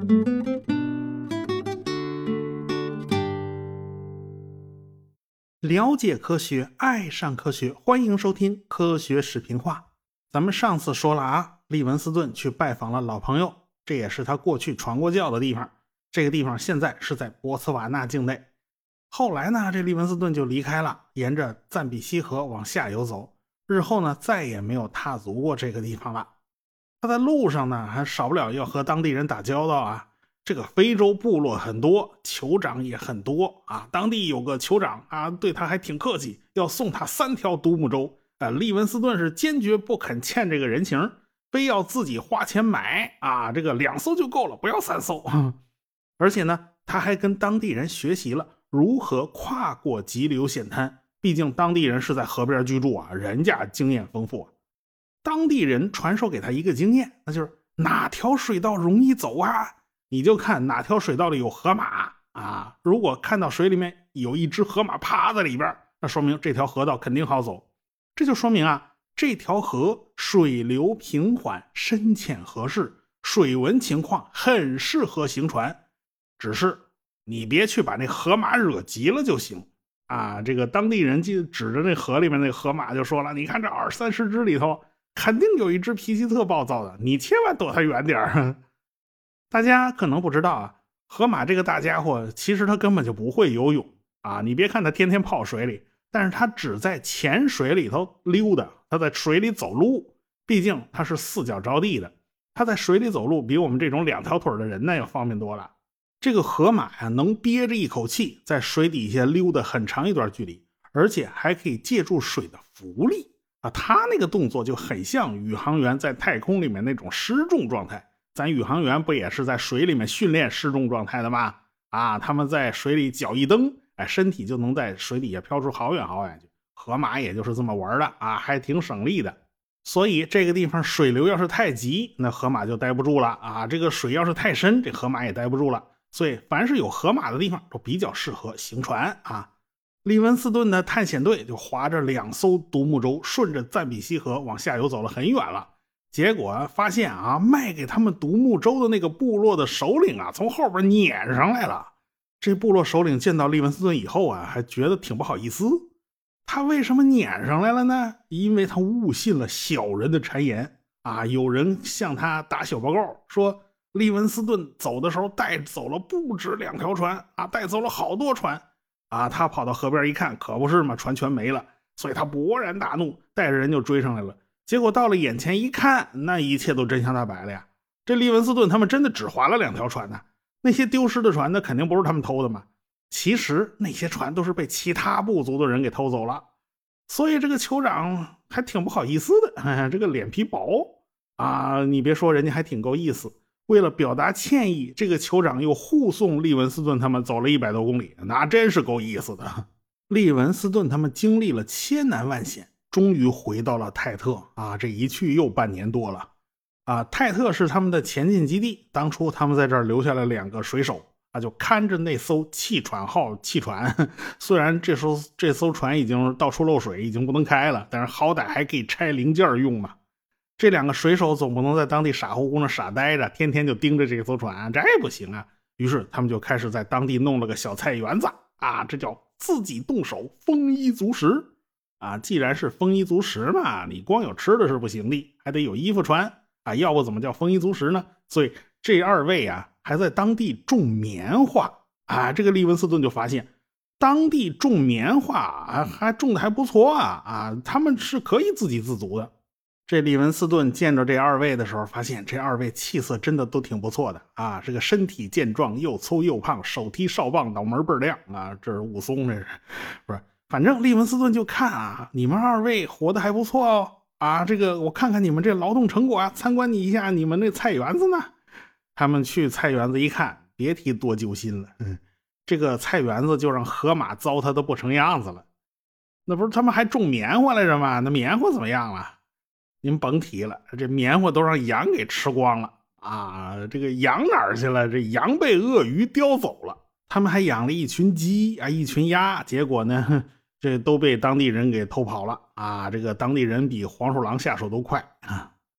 了解科学，爱上科学，欢迎收听科学视频化。咱们上次说了啊，利文斯顿去拜访了老朋友，这也是他过去传过教的地方。这个地方现在是在博茨瓦纳境内。后来呢，这利文斯顿就离开了，沿着赞比西河往下游走，日后呢再也没有踏足过这个地方了。他在路上呢还少不了要和当地人打交道啊。这个非洲部落很多，酋长也很多啊。当地有个酋长啊，对他还挺客气，要送他3条独木舟啊。利文斯顿是坚决不肯欠这个人情，非要自己花钱买啊。这个2艘就够了，不要3艘。而且呢，他还跟当地人学习了如何跨过急流险滩，毕竟当地人是在河边居住啊，人家经验丰富啊。当地人传授给他一个经验，那就是哪条水道容易走啊，你就看哪条水道里有河马啊。如果看到水里面有一只河马趴在里边，那说明这条河道肯定好走。这就说明啊，这条河水流平缓，深浅合适，水文情况很适合行船，只是你别去把那河马惹急了就行啊。这个当地人就指着那河里面那河马就说了，你看这20-30只里头肯定有一只脾气特暴躁的，你千万躲它远点。大家可能不知道啊，河马这个大家伙其实他根本就不会游泳啊。你别看他天天泡水里，但是他只在浅水里头溜达，他在水里走路，毕竟他是4脚着地的，他在水里走路比我们这种2条腿的人呢要方便多了。这个河马呀，能憋着一口气在水底下溜达很长一段距离，而且还可以借助水的浮力啊。他那个动作就很像宇航员在太空里面那种失重状态。咱宇航员不也是在水里面训练失重状态的吗？啊，他们在水里脚一蹬，身体就能在水底下飘出好远好远去。河马也就是这么玩的啊，还挺省力的。所以这个地方水流要是太急，那河马就待不住了啊。这个水要是太深，这河马也待不住了。所以凡是有河马的地方都比较适合行船啊。利文斯顿的探险队就划着2艘独木舟，顺着赞比西河往下游走了很远了。结果发现啊，卖给他们独木舟的那个部落的首领啊，从后边撵上来了。这部落首领见到利文斯顿以后啊，还觉得挺不好意思。他为什么撵上来了呢？因为他误信了小人的谗言啊。有人向他打小报告说，利文斯顿走的时候带走了不止2条船啊，带走了好多船啊。他跑到河边一看，可不是嘛，船全没了。所以他勃然大怒，带着人就追上来了。结果到了眼前一看，那一切都真相大白了呀。这利文斯顿他们真的只划了2条船呢。那些丢失的船那肯定不是他们偷的嘛。其实那些船都是被其他部族的人给偷走了。所以这个酋长还挺不好意思的，这个脸皮薄啊。你别说，人家还挺够意思。为了表达歉意，这个酋长又护送利文斯顿他们走了100多公里，那真是够意思的。利文斯顿他们经历了千难万险，终于回到了泰特啊，这一去又半年多了啊。泰特是他们的前进基地，当初他们在这儿留下了2个水手啊，就看着那艘气喘号汽船。虽然这艘船已经到处漏水，已经不能开了，但是好歹还可以拆零件用嘛。这2个水手总不能在当地傻乎乎的傻呆着，天天就盯着这艘船，这也不行啊。于是他们就开始在当地弄了个小菜园子啊，这叫自己动手，丰衣足食啊。既然是丰衣足食嘛，你光有吃的是不行的，还得有衣服穿啊，要不怎么叫丰衣足食呢？所以这2位啊还在当地种棉花啊。这个利文斯顿就发现当地种棉花啊，还种的还不错啊，他们是可以自给自足的。这利文斯顿见着这2位的时候，发现这2位气色真的都挺不错的啊，这个身体健壮，又粗又胖，手提哨棒，脑门倍儿亮啊。这是武松，这是不是？反正利文斯顿就看啊，你们2位活得还不错哦啊，这个我看看你们这劳动成果啊，参观你一下你们那菜园子呢。他们去菜园子一看，别提多揪心了。这个菜园子就让河马糟蹋的不成样子了。那不是他们还种棉花来着吗？那棉花怎么样了？您甭提了，这棉花都让羊给吃光了啊！这个羊哪儿去了？这羊被鳄鱼叼走了。他们还养了一群鸡啊，一群鸭，结果呢，这都被当地人给偷跑了啊！这个当地人比黄鼠狼下手都快啊！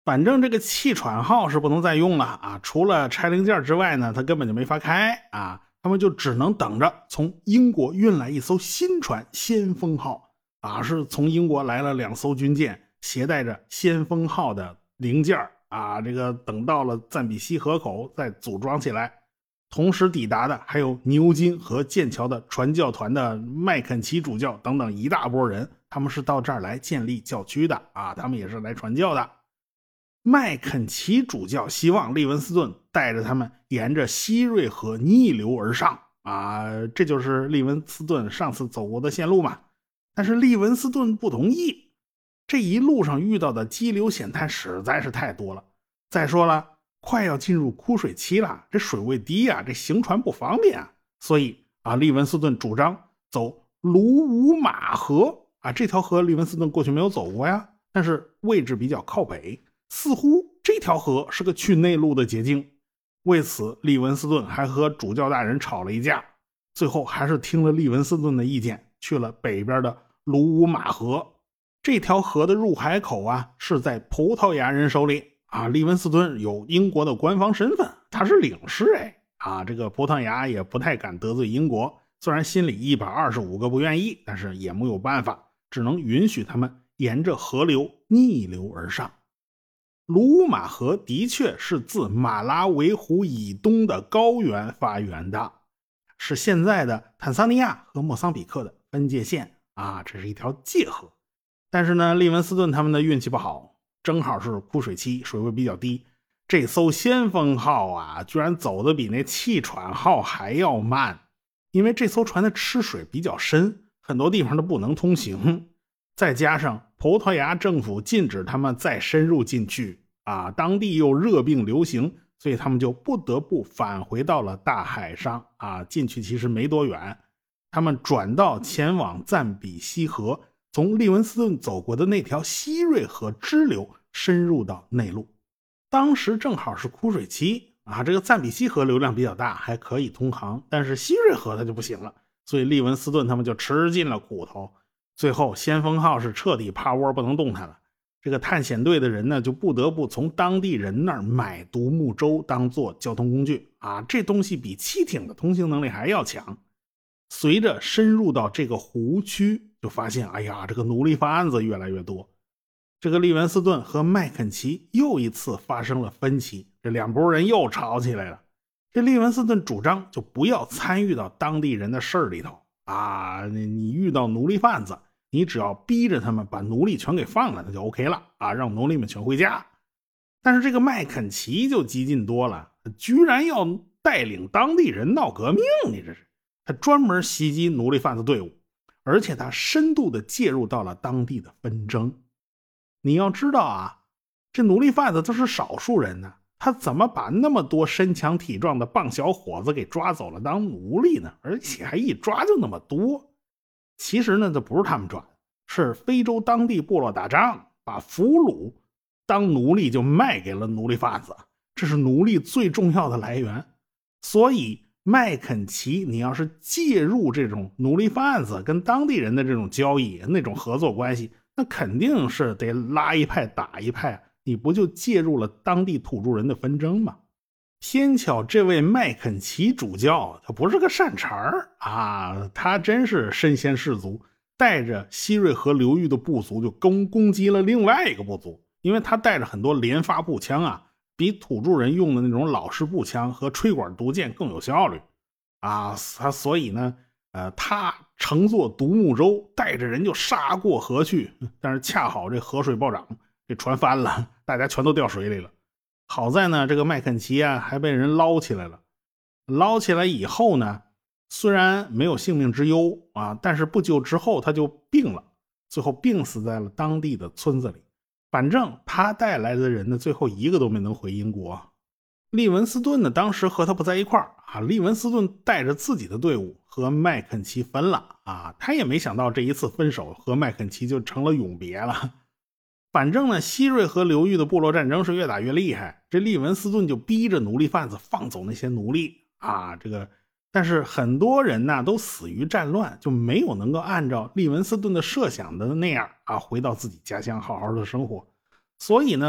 反正这个气喘号是不能再用了啊，除了拆零件之外呢，它根本就没法开啊，他们就只能等着从英国运来一艘新船先锋号啊，是从英国来了2艘军舰，携带着先锋号的零件啊，这个等到了赞比西河口再组装起来。同时抵达的还有牛津和剑桥的传教团的麦肯齐主教等等一大波人，他们是到这儿来建立教区的啊，他们也是来传教的。麦肯齐主教希望利文斯顿带着他们沿着西瑞河逆流而上啊，这就是利文斯顿上次走过的线路嘛。但是利文斯顿不同意，这一路上遇到的激流险滩实在是太多了。再说了，快要进入枯水期了，这水位低啊，这行船不方便啊。所以啊，利文斯顿主张走卢武马河啊，这条河利文斯顿过去没有走过呀，但是位置比较靠北，似乎这条河是个去内陆的捷径。为此，利文斯顿还和主教大人吵了一架，最后还是听了利文斯顿的意见，去了北边的卢武马河。这条河的入海口啊，是在葡萄牙人手里啊。利文斯顿有英国的官方身份，他是领事啊，这个葡萄牙也不太敢得罪英国，虽然心里125个不愿意，但是也没有办法，只能允许他们沿着河流逆流而上。卢武马河的确是自马拉维湖以东的高原发源的，是现在的坦桑尼亚和莫桑比克的分界线啊，这是一条界河。但是呢，利文斯顿他们的运气不好，正好是枯水期，水位比较低，这艘先锋号啊，居然走得比那气喘号还要慢，因为这艘船的吃水比较深，很多地方都不能通行，再加上葡萄牙政府禁止他们再深入进去啊，当地又热病流行，所以他们就不得不返回到了大海上啊，进去其实没多远，他们转道前往赞比西河，从利文斯顿走过的那条西瑞河支流深入到内陆。当时正好是枯水期啊，这个赞比西河流量比较大，还可以通航，但是西瑞河它就不行了，所以利文斯顿他们就吃尽了苦头。最后先锋号是彻底趴窝不能动弹了，这个探险队的人呢，就不得不从当地人那儿买独木舟当做交通工具啊，这东西比汽艇的通行能力还要强。随着深入到这个湖区，就发现哎呀，这个奴隶贩子越来越多。这个利文斯顿和麦肯齐又一次发生了分歧，这两拨人又吵起来了。这利文斯顿主张就不要参与到当地人的事儿里头啊，你遇到奴隶贩子，你只要逼着他们把奴隶全给放了，那就 OK 了啊，让奴隶们全回家。但是这个麦肯齐就激进多了，居然要带领当地人闹革命，你这是他专门袭击奴隶贩子队伍，而且他深度的介入到了当地的纷争。你要知道啊，这奴隶贩子都是少数人呢，他怎么把那么多身强体壮的棒小伙子给抓走了当奴隶呢？而且还一抓就那么多。其实呢，这不是他们抓的，是非洲当地部落打仗，把俘虏当奴隶就卖给了奴隶贩子，这是奴隶最重要的来源。所以麦肯齐你要是介入这种奴隶贩子跟当地人的这种交易，那种合作关系，那肯定是得拉一派打一派，你不就介入了当地土著人的纷争吗？偏巧这位麦肯齐主教他不是个善茬啊，他真是身先士卒，带着西瑞河流域的部族就攻击了另外一个部族，因为他带着很多连发步枪啊，比土著人用的那种老式步枪和吹管毒箭更有效率啊，所以呢他乘坐独木舟带着人就杀过河去，但是恰好这河水暴涨，这船翻了，大家全都掉水里了。好在呢，这个麦肯齐啊还被人捞起来了。捞起来以后呢，虽然没有性命之忧啊，但是不久之后他就病了，最后病死在了当地的村子里。反正他带来的人呢，最后一个都没能回英国。利文斯顿呢，当时和他不在一块儿啊，利文斯顿带着自己的队伍和麦肯齐分了啊，他也没想到这一次分手和麦肯齐就成了永别了。反正呢，西瑞河流域的部落战争是越打越厉害，这利文斯顿就逼着奴隶贩子放走那些奴隶啊，但是很多人呢都死于战乱，就没有能够按照利文斯顿的设想的那样啊，回到自己家乡好好的生活。所以呢，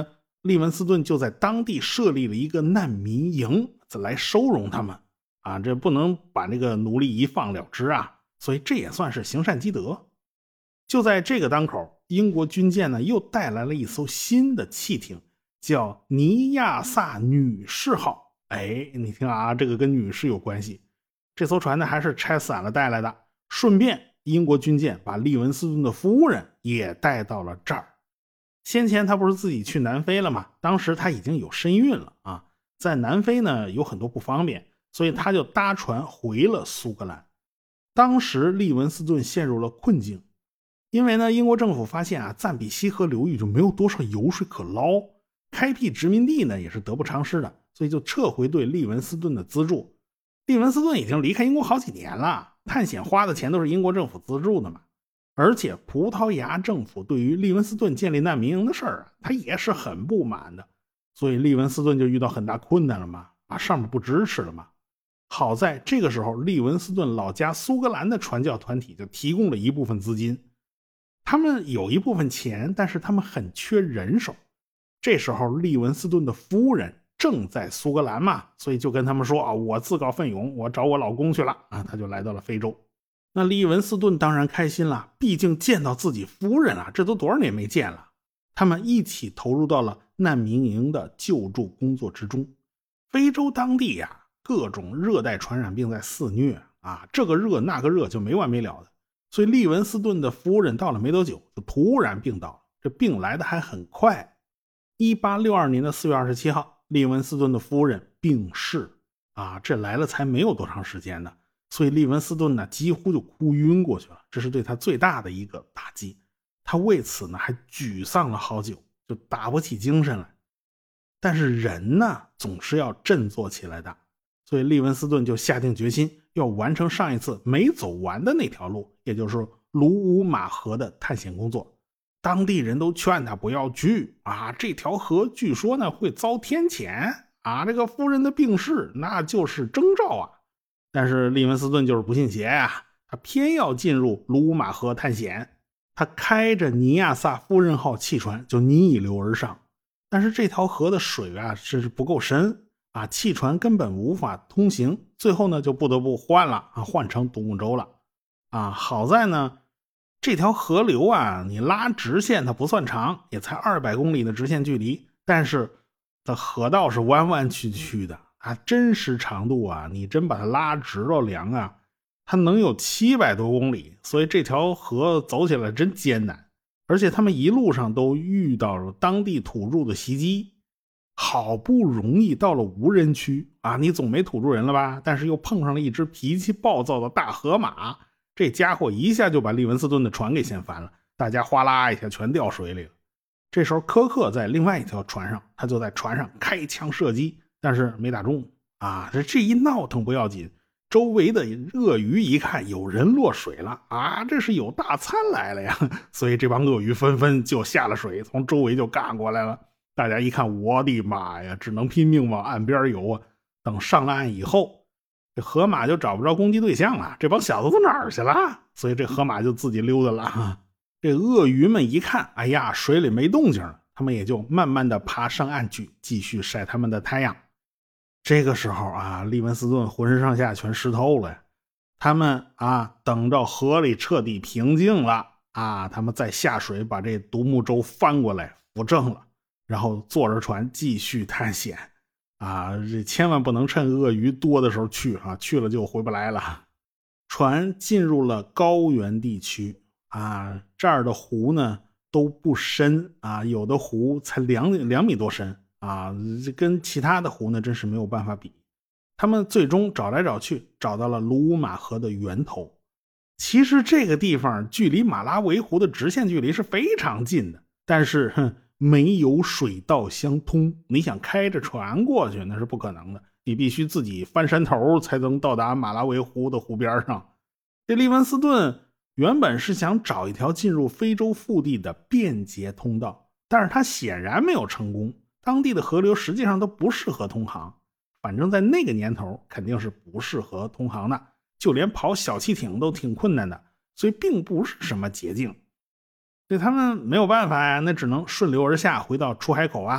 利文斯顿就在当地设立了一个难民营来收容他们啊，这不能把这个奴隶一放了之啊，所以这也算是行善积德。就在这个当口，英国军舰呢又带来了一艘新的汽艇，叫尼亚萨女士号。哎，你听啊，这个跟女士有关系。这艘船呢还是拆散了带来的，顺便英国军舰把利文斯顿的夫人也带到了这儿。先前他不是自己去南非了吗？当时他已经有身孕了啊，在南非呢有很多不方便，所以他就搭船回了苏格兰。当时利文斯顿陷入了困境，因为呢英国政府发现啊赞比西河流域就没有多少油水可捞，开辟殖民地呢也是得不偿失的，所以就撤回对利文斯顿的资助。利文斯顿已经离开英国好几年了，探险花的钱都是英国政府资助的嘛。而且葡萄牙政府对于利文斯顿建立难民营的事儿啊，他也是很不满的，所以利文斯顿就遇到很大困难了嘛，上面不支持了嘛。好在这个时候，利文斯顿老家苏格兰的传教团体就提供了一部分资金，他们有一部分钱，但是他们很缺人手。这时候利文斯顿的夫人正在苏格兰嘛，所以就跟他们说啊，我自告奋勇，我找我老公去了啊，他就来到了非洲。那利文斯顿当然开心了，毕竟见到自己夫人了，这都多少年没见了。他们一起投入到了难民营的救助工作之中。非洲当地呀，各种热带传染病在肆虐啊，这个热那个热就没完没了的。所以利文斯顿的夫人到了没多久就突然病倒了，这病来的还很快。1862年的4月27号，利文斯顿的夫人病逝啊，这来了才没有多长时间呢。所以利文斯顿呢几乎就哭晕过去了，这是对他最大的一个打击。他为此呢还沮丧了好久，就打不起精神来。但是人呢总是要振作起来的，所以利文斯顿就下定决心要完成上一次没走完的那条路，也就是卢乌马河的探险工作。当地人都劝他不要去啊，这条河据说呢会遭天谴啊，这个夫人的病逝那就是征兆啊。但是利文斯顿就是不信邪啊，他偏要进入卢乌马河探险。他开着尼亚萨夫人号汽船就逆流而上，但是这条河的水啊是不够深啊，汽船根本无法通行，最后呢就不得不换了啊，换成独木舟了啊。好在呢这条河流啊，你拉直线它不算长，也才200公里的直线距离，但是它河道是弯弯曲曲的啊，真实长度啊，你真把它拉直了量啊，它能有700多公里，所以这条河走起来真艰难。而且他们一路上都遇到了当地土著的袭击，好不容易到了无人区啊，你总没土著人了吧？但是又碰上了一只脾气暴躁的大河马，这家伙一下就把利文斯顿的船给掀翻了，大家哗啦一下全掉水里了。这时候科克在另外一条船上，他就在船上开枪射击，但是没打中啊。这一闹腾不要紧，周围的鳄鱼一看有人落水了啊，这是有大餐来了呀，所以这帮鳄鱼纷纷就下了水，从周围就干过来了。大家一看，我的妈呀，只能拼命往岸边游啊。等上了岸以后，这河马就找不着攻击对象了，这帮小子都哪儿去了？所以这河马就自己溜达了。这鳄鱼们一看，哎呀，水里没动静了，他们也就慢慢的爬上岸去，继续晒他们的太阳。这个时候啊，利文斯顿浑身上下全湿透了呀。他们啊，等到河里彻底平静了啊，他们再下水把这独木舟翻过来扶正了，然后坐着船继续探险啊。这千万不能趁鳄鱼多的时候去啊，去了就回不来了。船进入了高原地区啊，这儿的湖呢都不深啊，有的湖才2米多深啊，这跟其他的湖呢真是没有办法比。他们最终找来找去，找到了卢乌马河的源头。其实这个地方距离马拉维湖的直线距离是非常近的，但是没有水道相通，你想开着船过去那是不可能的，你必须自己翻山头才能到达马拉维湖的湖边上。这利文斯顿原本是想找一条进入非洲腹地的便捷通道，但是他显然没有成功。当地的河流实际上都不适合通航，反正在那个年头肯定是不适合通航的，就连跑小汽艇都挺困难的，所以并不是什么捷径。对他们没有办法呀，那只能顺流而下回到出海口啊。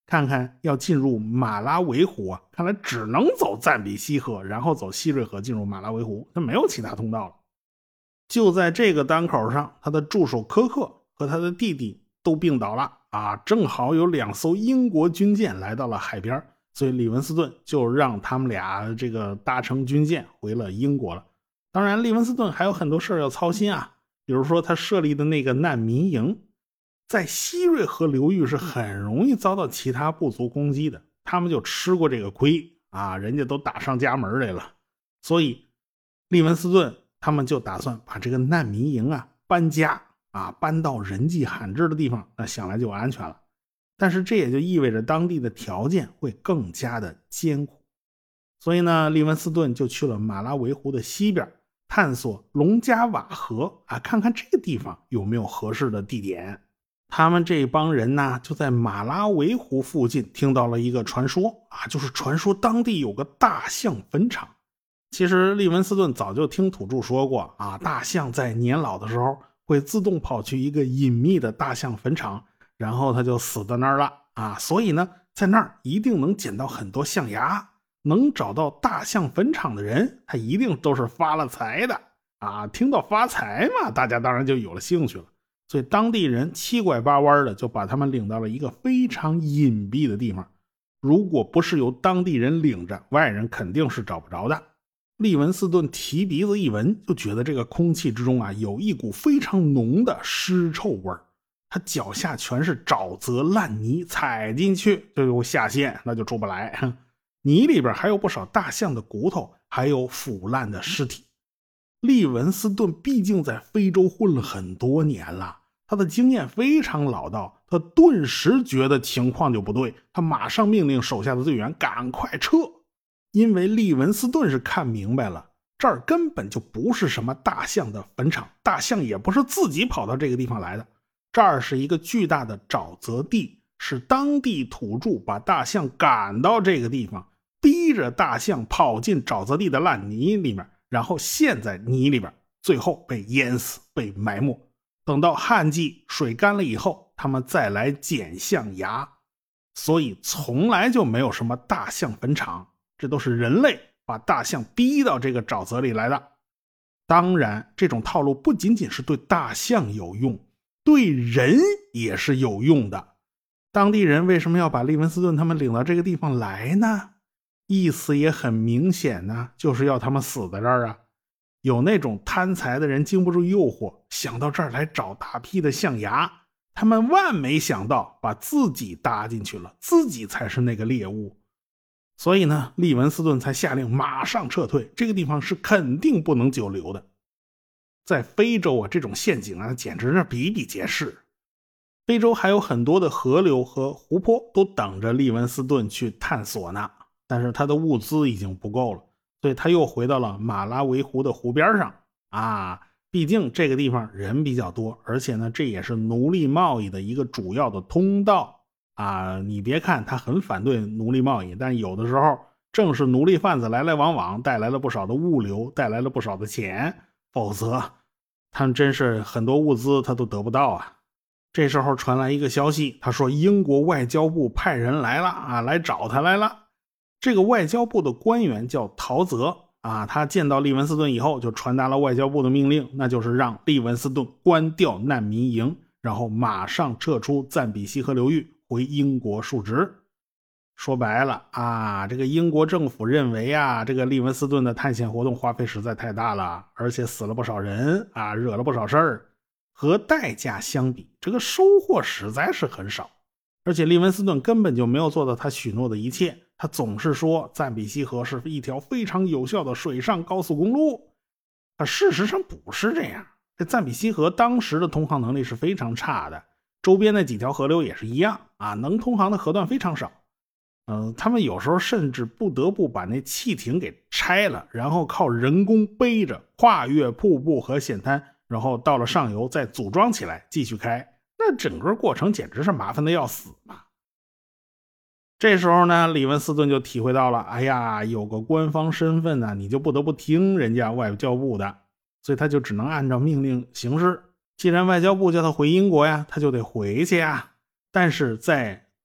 看看要进入马拉维湖啊，看来只能走赞比西河，然后走希瑞河进入马拉维湖，他没有其他通道了。就在这个当口上，他的助手科克和他的弟弟都病倒了啊，正好有2艘英国军舰来到了海边，所以利文斯顿就让他们俩这个搭乘军舰回了英国了。当然利文斯顿还有很多事要操心啊，比如说他设立的那个难民营在希瑞河流域是很容易遭到其他部族攻击的，他们就吃过这个亏啊，人家都打上家门来了。所以利文斯顿他们就打算把这个难民营啊搬家啊，搬到人迹罕至的地方，那想来就安全了。但是这也就意味着当地的条件会更加的艰苦。所以呢，利文斯顿就去了马拉维湖的西边，探索龙加瓦河啊，看看这个地方有没有合适的地点。他们这帮人呢，就在马拉维湖附近听到了一个传说啊，就是传说当地有个大象坟场。其实利文斯顿早就听土著说过啊，大象在年老的时候会自动跑去一个隐秘的大象坟场，然后他就死在那儿了啊。所以呢，在那儿一定能捡到很多象牙，能找到大象坟场的人，他一定都是发了财的啊。听到发财嘛，大家当然就有了兴趣了。所以当地人七拐八弯的就把他们领到了一个非常隐蔽的地方，如果不是由当地人领着，外人肯定是找不着的。利文斯顿提鼻子一闻，就觉得这个空气之中啊有一股非常浓的尸臭味儿。他脚下全是沼泽烂泥，踩进去就有下陷，那就出不来。泥里边还有不少大象的骨头，还有腐烂的尸体。利文斯顿毕竟在非洲混了很多年了，他的经验非常老道，他顿时觉得情况就不对，他马上命令手下的队员赶快撤。因为利文斯顿是看明白了，这儿根本就不是什么大象的坟场，大象也不是自己跑到这个地方来的，这儿是一个巨大的沼泽地，是当地土著把大象赶到这个地方，逼着大象跑进沼泽地的烂泥里面，然后陷在泥里边，最后被淹死，被埋没。等到旱季水干了以后，他们再来捡象牙。所以从来就没有什么大象坟场，这都是人类把大象逼到这个沼泽里来的。当然，这种套路不仅仅是对大象有用，对人也是有用的。当地人为什么要把利文斯顿他们领到这个地方来呢？意思也很明显呢，就是要他们死在这儿啊。有那种贪财的人经不住诱惑，想到这儿来找大批的象牙，他们万没想到把自己搭进去了，自己才是那个猎物。所以呢，利文斯顿才下令马上撤退，这个地方是肯定不能久留的。在非洲啊，这种陷阱啊简直是比比皆是。非洲还有很多的河流和湖泊都等着利文斯顿去探索呢，但是他的物资已经不够了，所以他又回到了马拉维湖的湖边上啊。毕竟这个地方人比较多，而且呢，这也是奴隶贸易的一个主要的通道啊。你别看他很反对奴隶贸易，但有的时候正是奴隶贩子来来往往，带来了不少的物流，带来了不少的钱，否则他们真是很多物资他都得不到啊。这时候传来一个消息，他说英国外交部派人来了啊，来找他来了。这个外交部的官员叫陶泽啊，他见到利文斯顿以后就传达了外交部的命令，那就是让利文斯顿关掉难民营，然后马上撤出赞比西河流域，回英国述职。说白了啊，这个英国政府认为啊，这个利文斯顿的探险活动花费实在太大了，而且死了不少人啊，惹了不少事儿，和代价相比，这个收获实在是很少。而且利文斯顿根本就没有做到他许诺的一切，他总是说赞比西河是一条非常有效的水上高速公路，事实上不是这样。这赞比西河当时的通航能力是非常差的，周边那几条河流也是一样啊，能通航的河段非常少。他们有时候甚至不得不把那汽艇给拆了，然后靠人工背着跨越瀑布和险滩，然后到了上游再组装起来继续开，那整个过程简直是麻烦的要死嘛。这时候呢，利文斯顿就体会到了，哎呀，有个官方身份呢，你就不得不听人家外交部的，所以他就只能按照命令行事。既然外交部叫他回英国呀，他就得回去呀。但是在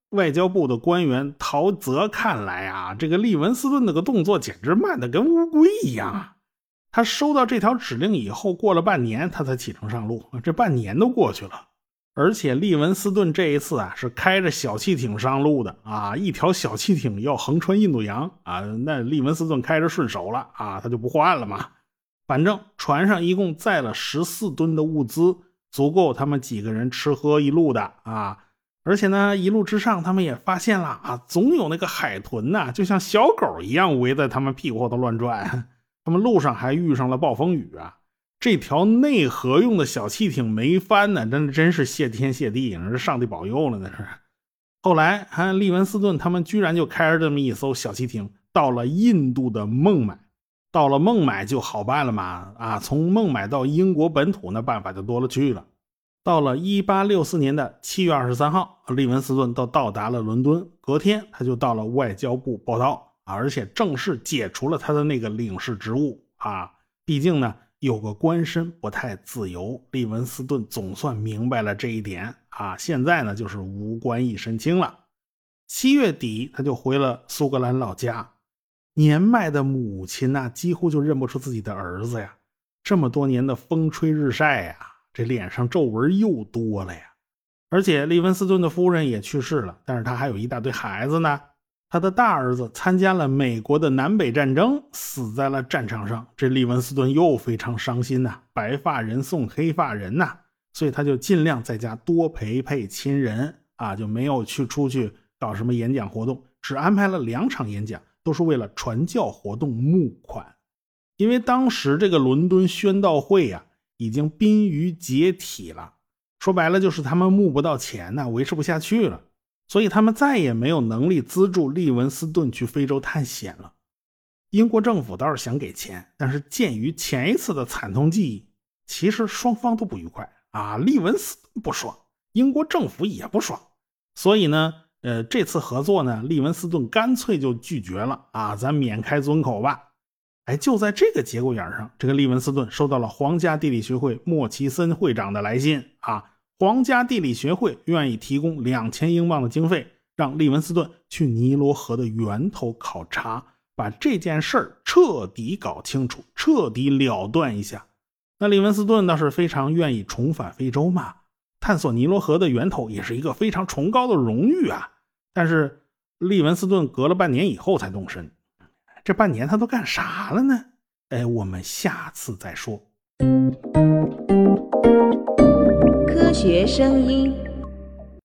外交部的官员陶泽看来啊，这个利文斯顿那个动作简直慢得跟乌龟一样啊。他收到这条指令以后，过了半年他才启程上路，这半年都过去了。而且利文斯顿这一次啊是开着小汽艇上路的啊，一条小汽艇要横穿印度洋啊，那利文斯顿开着顺手了啊，他就不换了嘛。反正船上一共载了14吨的物资，足够他们几个人吃喝一路的啊。而且呢，一路之上他们也发现了啊，总有那个海豚呐，就像小狗一样围在他们屁股后头乱转。他们路上还遇上了暴风雨啊。这条内河用的小汽艇没翻呢，真是谢天谢地，是上帝保佑了那是。后来利文斯顿他们居然就开着这么一艘小汽艇到了印度的孟买。到了孟买就好办了嘛，啊，从孟买到英国本土那办法就多了去了。到了1864年的7月23号，利文斯顿到达了伦敦，隔天他就到了外交部报道，而且正式解除了他的那个领事职务啊。毕竟呢有个官身不太自由，利文斯顿总算明白了这一点啊。现在呢就是无官一身轻了。7月底他就回了苏格兰老家。年迈的母亲啊几乎就认不出自己的儿子呀。这么多年的风吹日晒呀，这脸上皱纹又多了呀。而且利文斯顿的夫人也去世了，但是他还有一大堆孩子呢。他的大儿子参加了美国的南北战争，死在了战场上。这利文斯顿又非常伤心呐，白发人送黑发人呐，所以他就尽量在家多陪陪亲人啊，就没有出去搞什么演讲活动，只安排了2场演讲，都是为了传教活动募款。因为当时这个伦敦宣道会啊已经濒于解体了，说白了就是他们募不到钱呢，维持不下去了。所以他们再也没有能力资助利文斯顿去非洲探险了。英国政府倒是想给钱，但是鉴于前一次的惨痛记忆，其实双方都不愉快啊。利文斯顿不爽，英国政府也不爽。所以呢这次合作呢，利文斯顿干脆就拒绝了啊，咱免开尊口吧。就在这个节骨眼上，这个利文斯顿收到了皇家地理学会莫奇森会长的来信啊。皇家地理学会愿意提供2000英镑的经费，让利文斯顿去尼罗河的源头考察，把这件事儿彻底搞清楚，彻底了断一下。那利文斯顿倒是非常愿意重返非洲嘛，探索尼罗河的源头也是一个非常崇高的荣誉啊。但是利文斯顿隔了半年以后才动身，这半年他都干啥了呢？我们下次再说。 科学声音